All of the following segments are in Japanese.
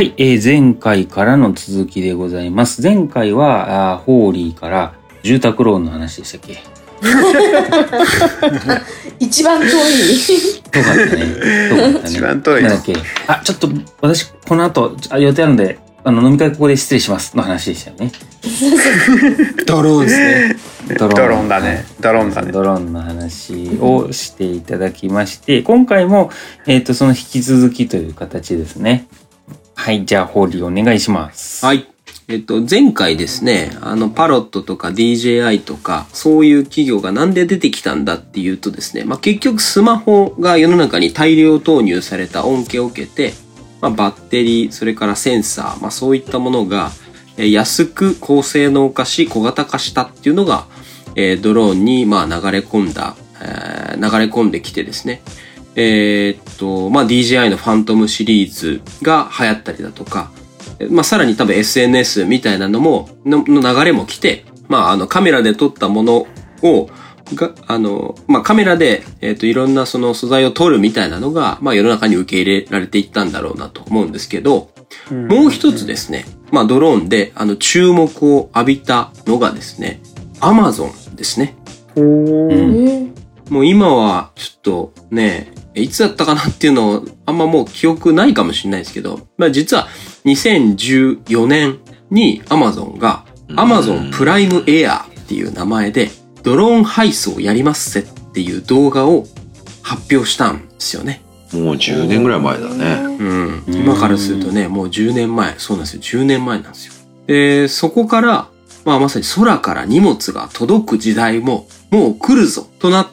はい、前回からの続きでございます。前回はホーリーから住宅ローンの話でしたっけ？ 一番遠い。 遠かったね。 一番遠い。 なんだっけ？ちょっと私この後予定あるんで飲み会ここで失礼しますの話でしたよね。 ドローンですね。ドローンだね。 ドローンの話をしていただきまして、今回もその引き続きという形ですね。はい、じゃあホーリーお願いします。 はい。前回ですね、パロットとか DJI とか、そういう企業がなんで出てきたんだっていうとですね、結局スマホが世の中に大量投入された恩恵を受けて、バッテリー、それからセンサー、そういったものが、安く高性能化し小型化したっていうのが、ドローンに流れ込んできてですね、DJI のファントムシリーズが流行ったりだとか、さらに多分 SNS みたいなのの流れも来て、カメラで撮ったものを、カメラで、いろんなその素材を撮るみたいなのが、世の中に受け入れられていったんだろうなと思うんですけど、もう一つですね、ドローンで、注目を浴びたのがですね、Amazon ですね。もう今はちょっとね、いつだったかなっていうのをあんまもう記憶ないかもしれないですけど、実は2014年に Amazon が Amazon プライムエアーっていう名前でドローン配送やりますぜっていう動画を発表したんですよね。 もう10年ぐらい前だね。 今からするとね、もう10年前。そうなんですよ。10年前なんですよ。で、そこから、まさに空から荷物が届く時代ももう来るぞとなって、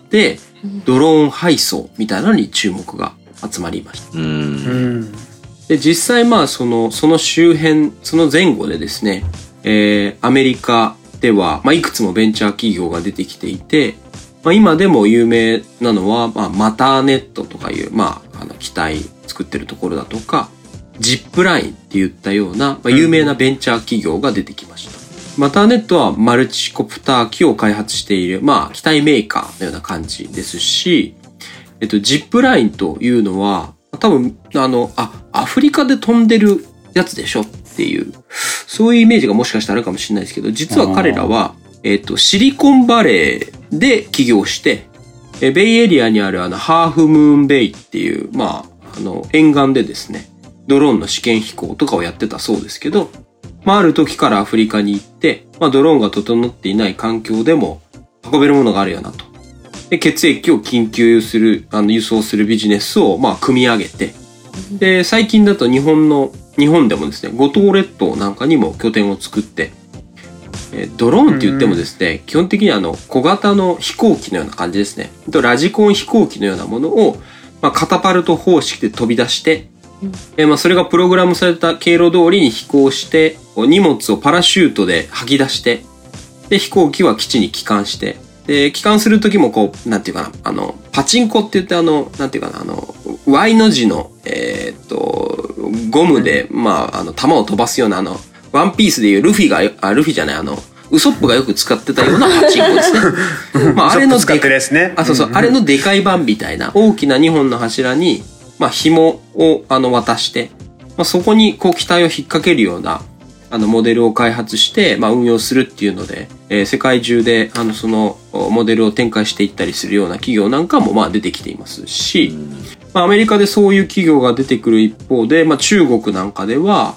ドローン配送みたいなのに注目が集まりました。で、実際その周辺、その前後でですね、アメリカでは、いくつもベンチャー企業が出てきていて、今でも有名なのは、マターネットとかいう、機体作ってるところだとか、ジップラインって言ったような、有名なベンチャー企業が出てきました。マターネットはマルチコプター機を開発している、機体メーカーのような感じですし、ジップラインというのは、多分、アフリカで飛んでるやつでしょっていう、そういうイメージがもしかしたらあるかもしれないですけど、実は彼らは、シリコンバレーで起業して、ベイエリアにあるハーフムーンベイっていう、沿岸でですね、ドローンの試験飛行とかをやってたそうですけど、ある時からアフリカに行って、ドローンが整っていない環境でも運べるものがあるよなと。で、血液を緊急する、輸送するビジネスを、組み上げて、で、最近だと日本でもですね、五島列島なんかにも拠点を作って、ドローンって言ってもですね、基本的に小型の飛行機のような感じですね。ラジコン飛行機のようなものを、カタパルト方式で飛び出して、それがプログラムされた経路通りに飛行して、荷物をパラシュートで吐き出して、で、飛行機は基地に帰還して、で、帰還するときもなんていうかな、パチンコって言ってなんていうかな、Y の字の、ゴムで、弾を飛ばすようなワンピースでいうルフィじゃない、ウソップがよく使ってたようなパチンコですね。あれの使ってるやつね。 あれのでかい版みたいな大きな2本の柱に、紐を渡して、そこに機体を引っ掛けるようなモデルを開発して、運用するっていうので、世界中でそのモデルを展開していったりするような企業なんかも出てきていますし、アメリカでそういう企業が出てくる一方で、中国なんかでは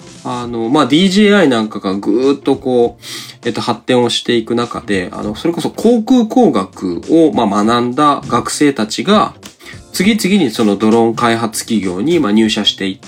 DJI なんかがぐーっと発展をしていく中で、それこそ航空工学を学んだ学生たちが次々にそのドローン開発企業に入社していって、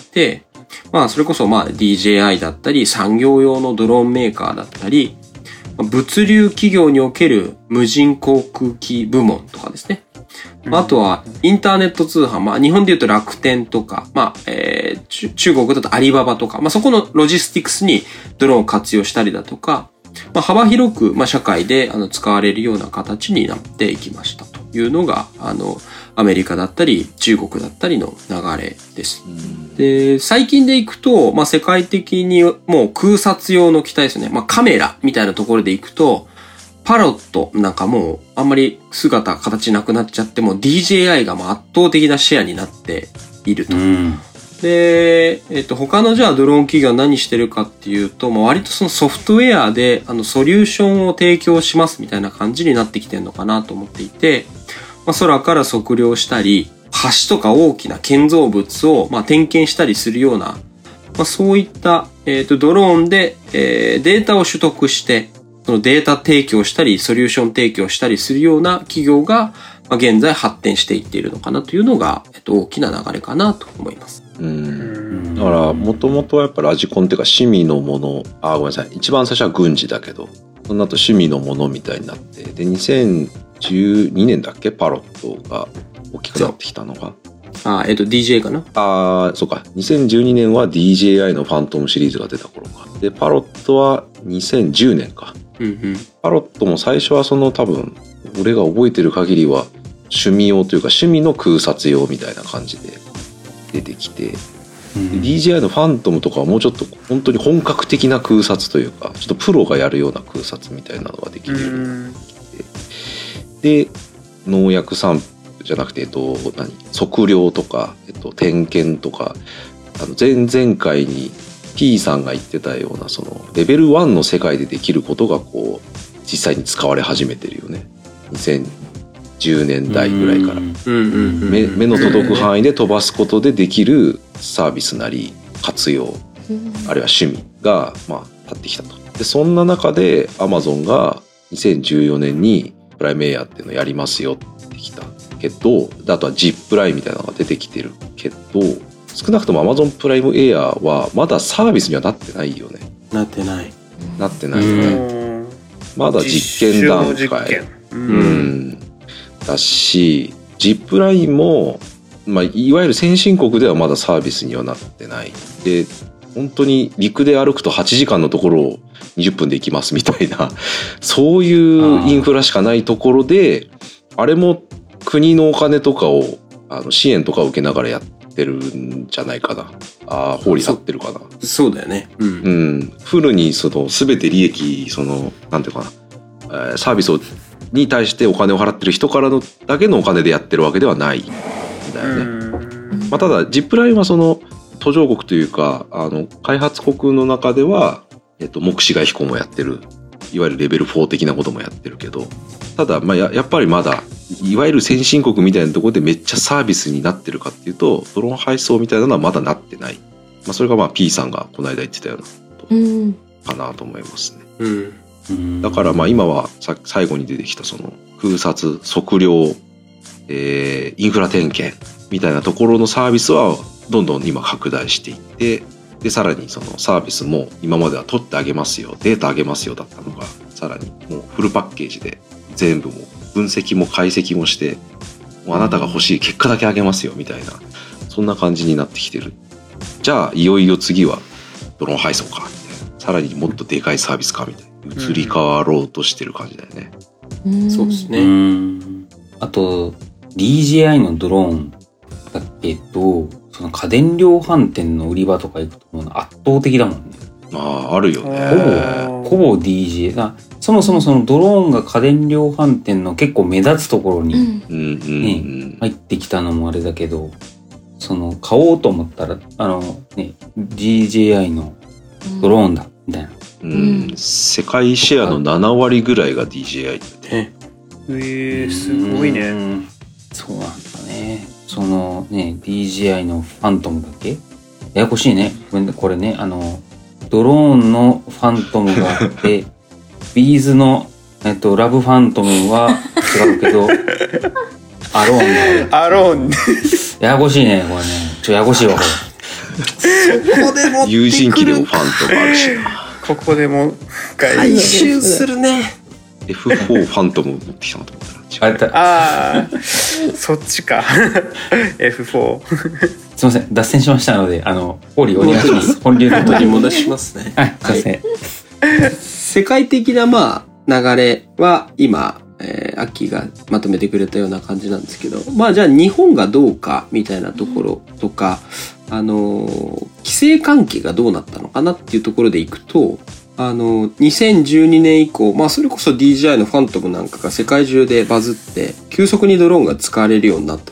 それこそDJI だったり産業用のドローンメーカーだったり、物流企業における無人航空機部門とかですね。あとはインターネット通販、日本で言うと楽天とか、中国だとアリババとか、そこのロジスティクスにドローンを活用したりだとか、幅広く社会で使われるような形になっていきましたというのがアメリカだったり中国だったりの流れです。で、最近でいくと、世界的にもう空撮用の機体ですね。カメラみたいなところでいくと、パロットなんかもうあんまり姿形なくなっちゃっても DJI が圧倒的なシェアになっていると。 で、他のじゃあドローン企業は何してるかっていうと、割とそのソフトウェアでソリューションを提供しますみたいな感じになってきてるのかなと思っていて、空から測量したり、橋とか大きな建造物を点検したりするような、そういった、ドローンで、データを取得して、そのデータ提供したり、ソリューション提供したりするような企業が、現在発展していっているのかなというのが、大きな流れかなと思います。 だからもともとはやっぱラジコンっていうか趣味のもの、ごめんなさい、一番最初は軍事だけど、その後趣味のものみたいになって、で2012年だっけ、パロットが大きくなってきたのが。 DJ かな。 そうか。2012年は DJI のファントムシリーズが出た頃か。で、パロットは2010年か。パロットも最初はその多分、俺が覚えてる限りは趣味用というか趣味の空撮用みたいな感じで出てきて、DJI のファントムとかはもうちょっと本当に本格的な空撮というか、ちょっとプロがやるような空撮みたいなのができるようになってきて、で、農薬散布じゃなくて、測量とか、点検とか、前々回に P さんが言ってたような、そのレベル1の世界でできることがこう実際に使われ始めてるよね。2010年代ぐらいから目の届く範囲で飛ばすことでできるサービスなり活用、あるいは趣味が立ってきたと。でそんな中で Amazon が2014年にプライムエアっていうのをやりますよってきたけど、あとはジップラインみたいなのが出てきてるけど、少なくとも Amazon プライムエアはまだサービスにはなってないよね。 なってないよね。まだ実験段階だし、ジップラインも、いわゆる先進国ではまだサービスにはなってない。で本当に陸で歩くと8時間のところを20分で行きますみたいなそういうインフラしかないところで、あれも国のお金とかを支援とかを受けながらやってるんじゃないかな。法律合ってるかな。 そうだよね。 フルにその全て利益、なんていうかな、サービスに対してお金を払ってる人からのだけのお金でやってるわけではないんだよね。ただジップラインはその途上国というか開発国の中では、目視外飛行もやってる、いわゆるレベル4的なこともやってるけど、ただやっぱりまだいわゆる先進国みたいなところでめっちゃサービスになってるかっていうと、ドローン配送みたいなのはまだなってない。それがP さんがこの間言ってたようなことかなと思いますね。だから今は最後に出てきたその空撮、測量、インフラ点検みたいなところのサービスはどんどん今拡大していって、でさらにそのサービスも今までは取ってあげますよ、データあげますよだったのが、さらにもうフルパッケージで全部も分析も解析もして、もうあなたが欲しい結果だけあげますよみたいな、そんな感じになってきてる。じゃあいよいよ次はドローン配送かみたいな、さらにもっとでかいサービスかみたいな、移り変わろうとしてる感じだよね。 そうですね。 あと DJI のドローンだけど、その家電量販店の売り場とか行くともう圧倒的だもんね。 あるよね。 ほぼ DJ だ。そもそもそのドローンが家電量販店の結構目立つところに、入ってきたのもあれだけど、その買おうと思ったらDJI のドローンだみたいな。世界シェアの7割ぐらいが DJI ってね。 すごいね。 そうなんだね。そのね DJI のファントムだっけ？ややこしいね。これねドローンのファントムがあってビーズのラブファントムは違うけどアローンだ。 アローン。 ややこしいねこれね。ややこしいわこれ。 そこでも友人機でもファントムあるしな。 ここでも回収するね。 F4 ファントム持ってきたのと思ったらそっちか。F4 すいません脱線しましたのでホーリーお願いします。本流の取り戻しますね。 はいすいません。 世界的な流れは今、アッキーがまとめてくれたような感じなんですけど、じゃあ日本がどうかみたいなところとか、規制関係がどうなったのかなっていうところでいくと、2012年以降、それこそ DJI のファントムなんかが世界中でバズって急速にドローンが使われるようになったと。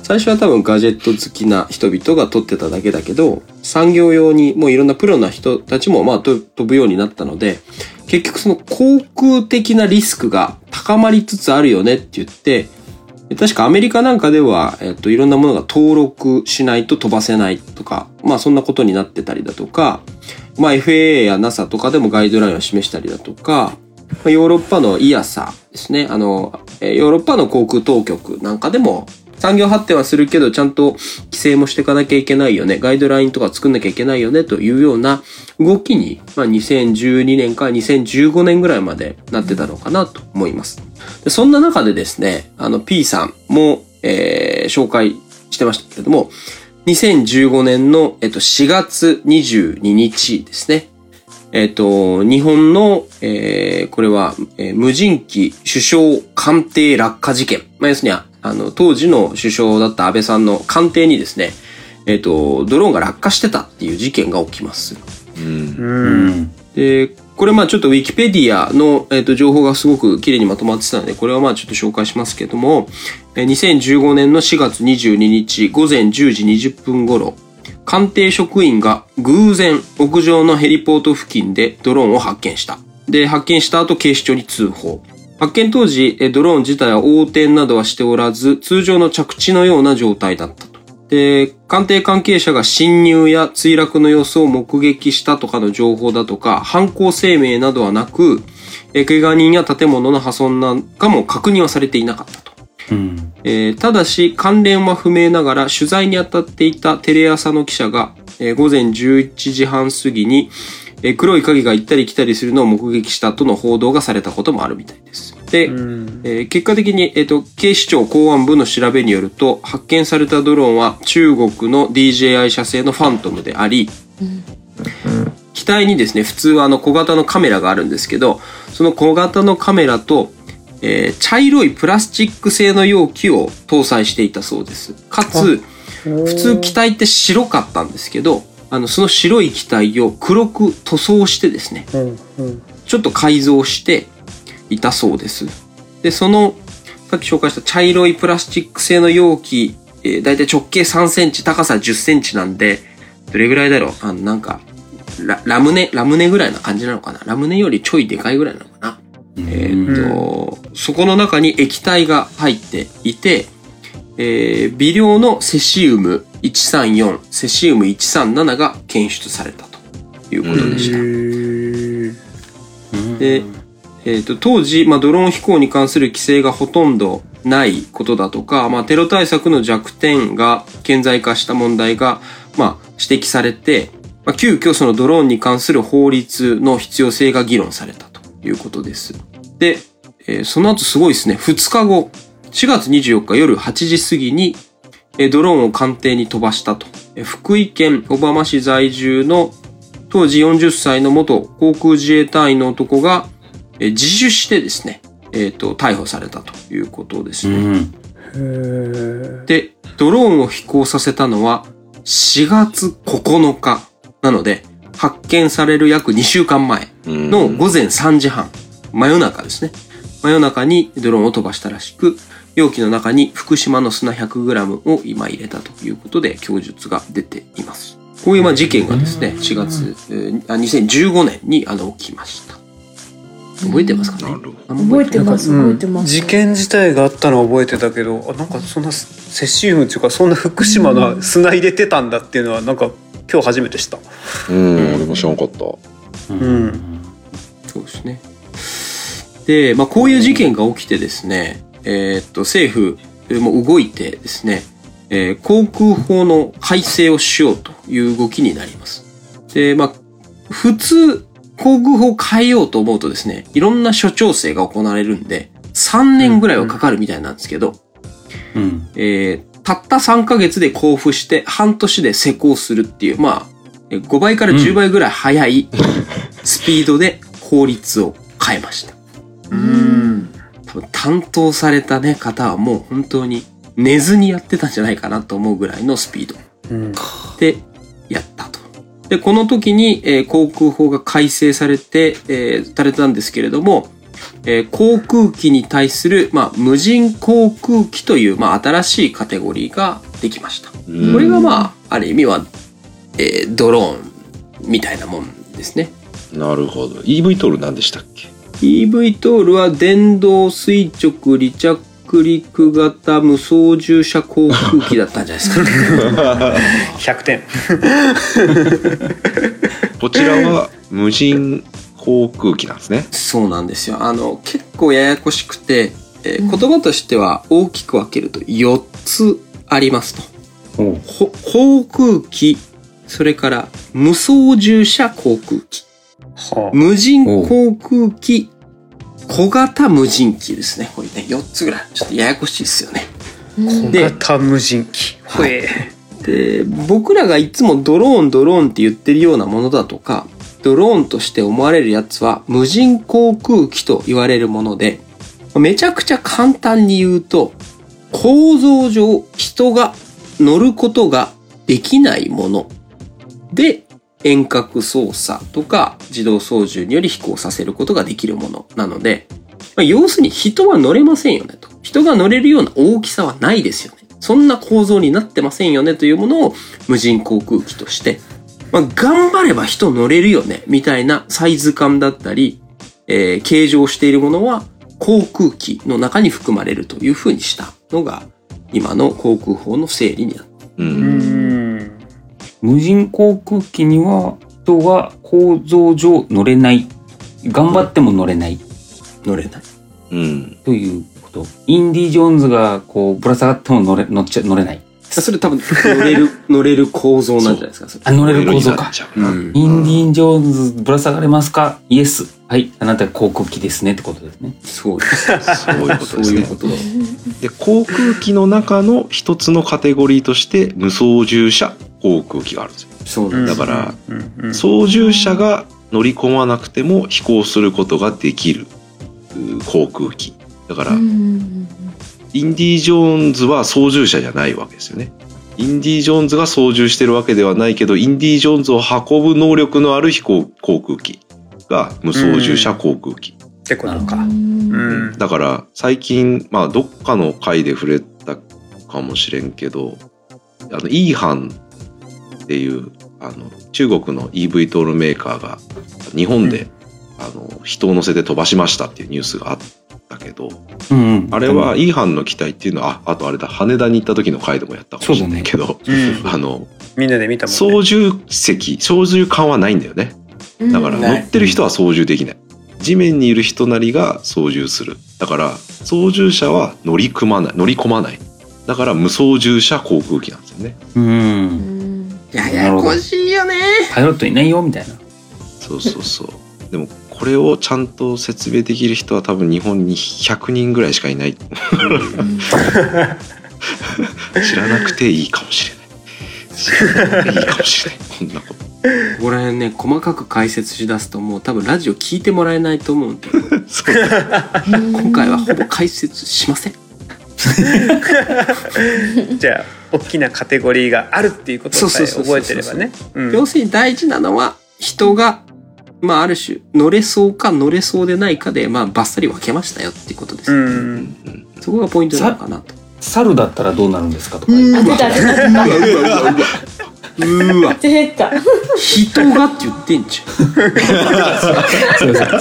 最初は多分ガジェット好きな人々が撮ってただけだけど、産業用にもういろんなプロな人たちも飛ぶようになったので、結局その航空的なリスクが高まりつつあるよねって言って、確かアメリカなんかでは、いろんなものが登録しないと飛ばせないとか、そんなことになってたりだとか、FAA や NASA とかでもガイドラインを示したりだとか、ヨーロッパの EASA ですね。ヨーロッパの航空当局なんかでも産業発展はするけどちゃんと規制もしていかなきゃいけないよね。ガイドラインとか作んなきゃいけないよねというような動きに、2012年から2015年ぐらいまでなってたのかなと思います。でそんな中でですね、P さんも、紹介してましたけれども、2015年の、4月22日ですね。日本の、これは、無人機首相官邸落下事件。要するに、当時の首相だった安倍さんの官邸にですね、ドローンが落下してたっていう事件が起きます。で、これちょっとウィキペディアの、情報がすごく綺麗にまとまってたので、これはちょっと紹介しますけども、2015年の4月22日午前10時20分頃、官邸職員が偶然屋上のヘリポート付近でドローンを発見した。で、発見した後警視庁に通報。発見当時、ドローン自体は横転などはしておらず、通常の着地のような状態だったと。で、官邸関係者が侵入や墜落の様子を目撃したとかの情報だとか、犯行声明などはなく、怪我人や建物の破損なんかも確認はされていなかったと。ただし関連は不明ながら取材に当たっていたテレ朝の記者が、午前11時半過ぎに、黒い影が行ったり来たりするのを目撃したとの報道がされたこともあるみたいです。で、結果的に、警視庁公安部の調べによると、発見されたドローンは中国の DJI 社製のファントムであり、機体にですね、普通は小型のカメラがあるんですけど、その小型のカメラと茶色いプラスチック製の容器を搭載していたそうです。かつ、普通機体って白かったんですけど、その白い機体を黒く塗装してですね、ちょっと改造していたそうです。で、さっき紹介した茶色いプラスチック製の容器、だいたい直径3センチ、高さ10センチなんで、どれぐらいだろう？ラムネぐらいな感じなのかな？ラムネよりちょいでかいぐらいなのかな？そこの中に液体が入っていて、微量のセシウム134、セシウム137が検出されたということでした。で、当時、ドローン飛行に関する規制がほとんどないことだとか、テロ対策の弱点が顕在化した問題が、指摘されて、急遽そのドローンに関する法律の必要性が議論されたということです。で、その後すごいですね、2日後、4月24日夜8時過ぎに、ドローンを官邸に飛ばしたと。福井県小浜市在住の当時40歳の元航空自衛隊員の男が、自首してですね、逮捕されたということですね。で、ドローンを飛行させたのは4月9日なので、発見される約2週間前の午前3時半、真夜中ですね。真夜中にドローンを飛ばしたらしく、容器の中に福島の砂 100g を今入れたということで供述が出ています。こういう事件がですね、2015年に起きました。覚えてますかね？ 覚えてます。 事件自体があったのは覚えてたけど、そんなセシウムっていうか、そんな福島の砂入れてたんだっていうのは今日初めて知った。 俺も知らんかった。 そうですね。で、こういう事件が起きてですね、政府も動いてですね、航空法の改正をしようという動きになります。で、普通、航空法を変えようと思うとですね、いろんな諸調整が行われるんで、3年ぐらいはかかるみたいなんですけど、たった3ヶ月で交付して半年で施行するっていう、5倍から10倍ぐらい早いスピードで法律を変えました。多分担当された方はもう本当に寝ずにやってたんじゃないかなと思うぐらいのスピードでやったと。で、この時に、航空法が改正されて、されたんですけれども、 航空機に対する、無人航空機という、新しいカテゴリーができました。これがある意味は、ドローンみたいなもんですね。 なるほど。eVTOL 何でしたっけ？ eVTOL は電動垂直離着陸型無操縦者航空機だったんじゃないですか。 100点。 こちらは無人航空機なんですね。 そうなんですよ。結構ややこしくて、言葉としては大きく分けると4つありますと。航空機、それから無操縦者航空機、無人航空機、小型無人機ですね。これね、4つぐらい。ちょっとややこしいですよね。 小型無人機。 はい。で、僕らがいつもドローンって言ってるようなものだとか、ドローンとして思われるやつは無人航空機と言われるもので、めちゃくちゃ簡単に言うと、構造上人が乗ることができないもので、遠隔操作とか自動操縦により飛行させることができるものなので、要するに人は乗れませんよねと。人が乗れるような大きさはないですよね。そんな構造になってませんよねというものを無人航空機として、頑張れば人乗れるよねみたいなサイズ感だったり、形状しているものは航空機の中に含まれるというふうにしたのが今の航空法の整理になって。 無人航空機には人が構造上乗れない。頑張っても乗れない。 乗れない。 ということ。インディ・ジョーンズがこうぶら下がっても乗れない。 それ多分乗れる構造なんじゃないですか。 乗れる構造か。インディ・ジョーンズぶら下がれますか？イエス。はい。あなた航空機ですねってことですね。 そうです。 そういうことですね。 そういうことだ。 で、航空機の中の一つのカテゴリーとして無操縦者航空機があるんですよ。 そうなんです。 だから、操縦者が乗り込まなくても飛行することができる航空機。だから、インディ・ジョーンズは操縦者じゃないわけですよね。インディ・ジョーンズが操縦してるわけではないけど、インディ・ジョーンズを運ぶ能力のある航空機が無操縦者航空機。 ってことか。 だから最近、どっかの回で触れたかもしれんけど、イーハンっていう中国の eVTOL メーカーが日本で、人を乗せて飛ばしましたっていうニュースがあったけど、あれはイーハンの機体っていうのはあとあれだ、羽田に行った時の回でもやったかもしれないけど、 みんなで見たもんね。 操縦桿はないんだよね。だから乗ってる人は操縦できない。地面にいる人なりが操縦する。だから操縦者は乗り込まない。だから無操縦者航空機なんですよね。 ややこしいよね。 パイロットいないよみたいな。 そう。でもこれをちゃんと説明できる人は多分日本に100人ぐらいしかいない。知らなくていいかもしれない。こんなこと。 ここら辺ね、細かく解説しだすともう多分ラジオ聞いてもらえないと思うんで今回はほぼ解説しません。 じゃあ大きなカテゴリーがあるっていうことさえ覚えてればね。 要するに大事なのは人がある種乗れそうか乗れそうでないかでバッサリ分けましたよっていうことです。そこがポイントなのかなと。 猿だったらどうなるんですかとか。 うわ出た。人がって言ってんじゃん。そう人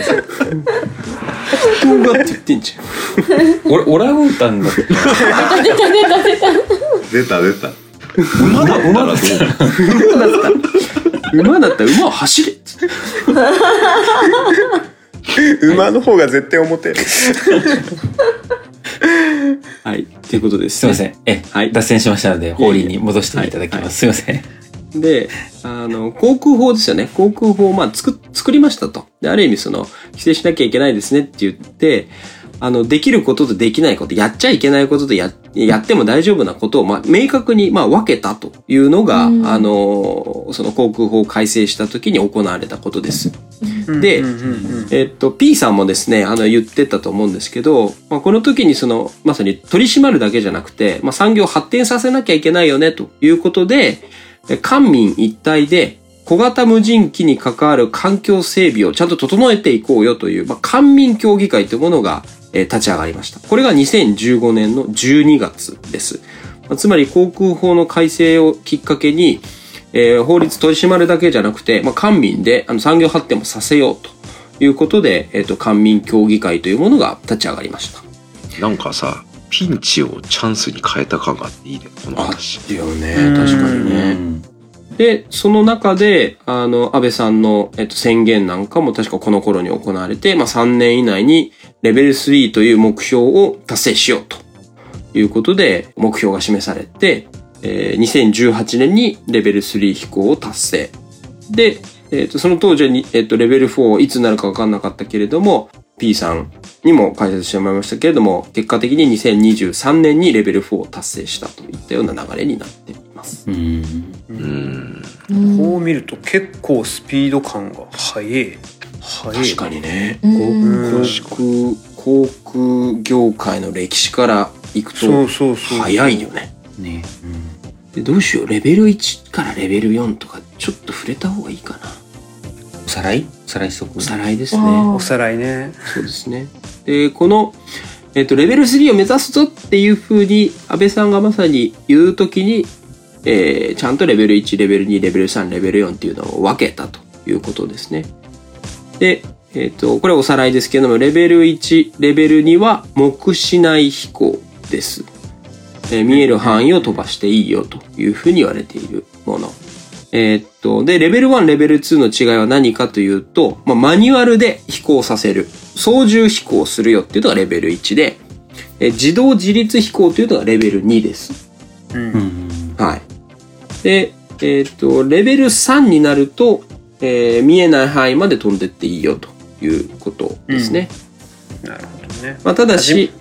がって言ってんじゃん。 オランウータンだって。 出た。 馬だったら馬を走れっつって。 馬の方が絶対表。 はい、ということです。 すいません。脱線しましたので、法理に戻していただきます。すいません。 で、航空法ですよね。航空法を作りましたと。で、ある意味規制しなきゃいけないですねって言って、できることとできないこと、やっちゃいけないこととやっても大丈夫なことを、明確に、分けたというのが、その航空法を改正した時に行われたことです。で、P さんもですね、言ってたと思うんですけど、この時にまさに取り締まるだけじゃなくて、産業を発展させなきゃいけないよね、ということで、官民一体で小型無人機に関わる環境整備をちゃんと整えていこうよという、官民協議会というものが、立ち上がりました。これが2015年の12月です。つまり航空法の改正をきっかけに、法律取り締まるだけじゃなくて、官民で産業発展もさせようということで、官民協議会というものが立ち上がりました。 なんかさ、ピンチをチャンスに変えた感があっていいね、この話。 いいよね、確かにね。で、その中で、安倍さんの、宣言なんかも確かこの頃に行われて、3年以内にレベル3という目標を達成しようということで、目標が示されて、2018年にレベル3飛行を達成。で、その当時はレベル4いつになるか分かんなかったけれども、P さんにも解説してもらいましたけれども、結果的に2023年にレベル4を達成したといったような流れになっています。 こう見ると結構スピード感が速い。 確かにね。航空業界の歴史からいくと早いよね。でどうしよう、レベル1からレベル4とかちょっと触れた方がいいかな。 おさらいしとく。 おさらいですね。 おさらいね。 そうですね。でこのレベル3を目指すぞっていう風に安倍さんがまさに言うときに、ちゃんとレベル1、レベル2、レベル3、レベル4っていうのを分けたということですね。で、これはおさらいですけれども、レベル1、レベル2は目視内飛行です。見える範囲を飛ばしていいよというふうに言われているもの。で、レベル1、レベル2の違いは何かというと、マニュアルで飛行させる。操縦飛行するよっていうのがレベル1で、自動自律飛行というのがレベル2です。はい。で、レベル3になると、見えない範囲まで飛んでっていいよということですね。 なるほどね。 ただし、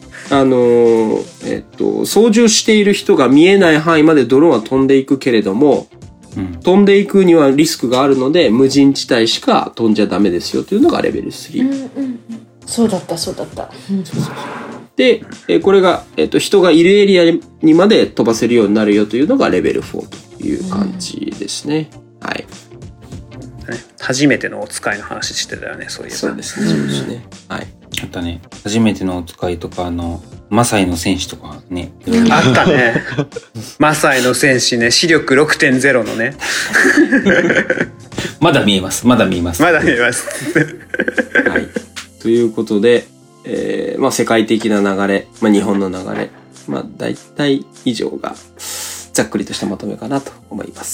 操縦している人が見えない範囲までドローンは飛んでいくけれども、飛んでいくにはリスクがあるので、無人地帯しか飛んじゃダメですよというのがレベル3。 そうだった。 で、これが、人がいるエリアにまで飛ばせるようになるよというのがレベル4という感じですね。はい。 初めてのお使いの話してたよね、そういえば。 そうですね。はい。 あったね。初めてのお使いとか、マサイの戦士とかね。 あったね。マサイの戦士ね、視力 6.0 のね。 まだ見えます。 はい。 ということで、世界的な流れ、日本の流れ、大体以上がざっくりとしたまとめかなと思います。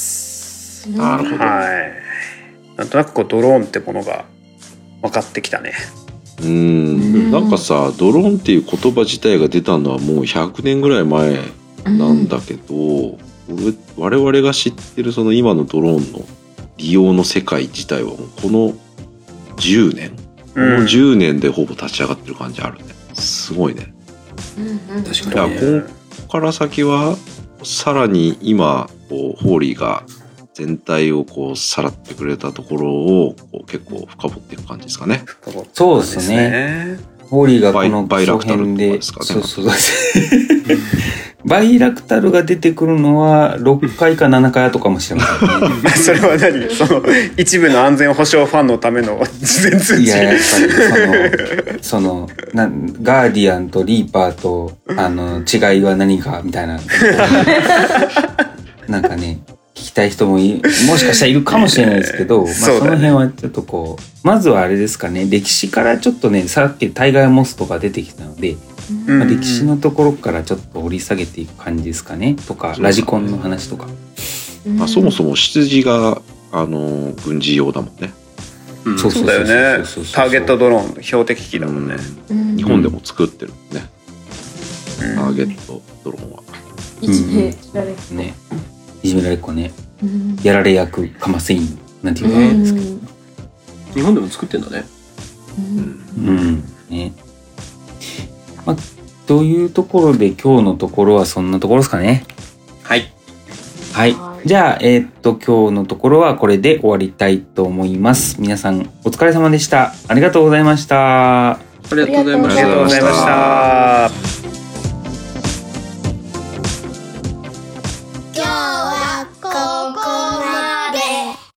なるほど。 はい。なんとなくドローンってものが分かってきたね。 なんかさ、ドローンっていう言葉自体が出たのはもう100年ぐらい前なんだけど、我々が知ってるその今のドローンの利用の世界自体はこの10年、この10年でほぼ立ち上がってる感じあるね。すごいね。 確かにね。 ここから先はさらに今ホーリーが全体をさらってくれたところを結構深掘っていく感じですかね。 そうですね。ホーリーがこのバイラクタルとかですかね。 そうバイラクタルが出てくるのは6回か7回後かもしれませんね。 それは何？その一部の安全保障ファンのための事前通知。 いや、やっぱりガーディアンとリーパーと違いは何かみたいななんかね、聞きたい人ももしかしたらいるかもしれないですけど、その辺はちょっとまずはあれですかね、歴史からちょっとね、さっきタイガーモスとか出てきたので、歴史のところからちょっと掘り下げていく感じですかね、とかラジコンの話とか。 そもそも出自が軍事用だもんね。 そうだよね。ターゲットドローン、標的機だもんね。 日本でも作ってるもんね。ターゲットドローンは。 いじめられっ子ね。いじめられっ子ね。やられ役かませんなんていうかですけど。 日本でも作ってんだね。 ね。というところで今日のところはそんなところですかね。はい。じゃあ、今日のところはこれで終わりたいと思います。皆さんお疲れ様でした。ありがとうございました。 ありがとうございました。 ありがとうございました。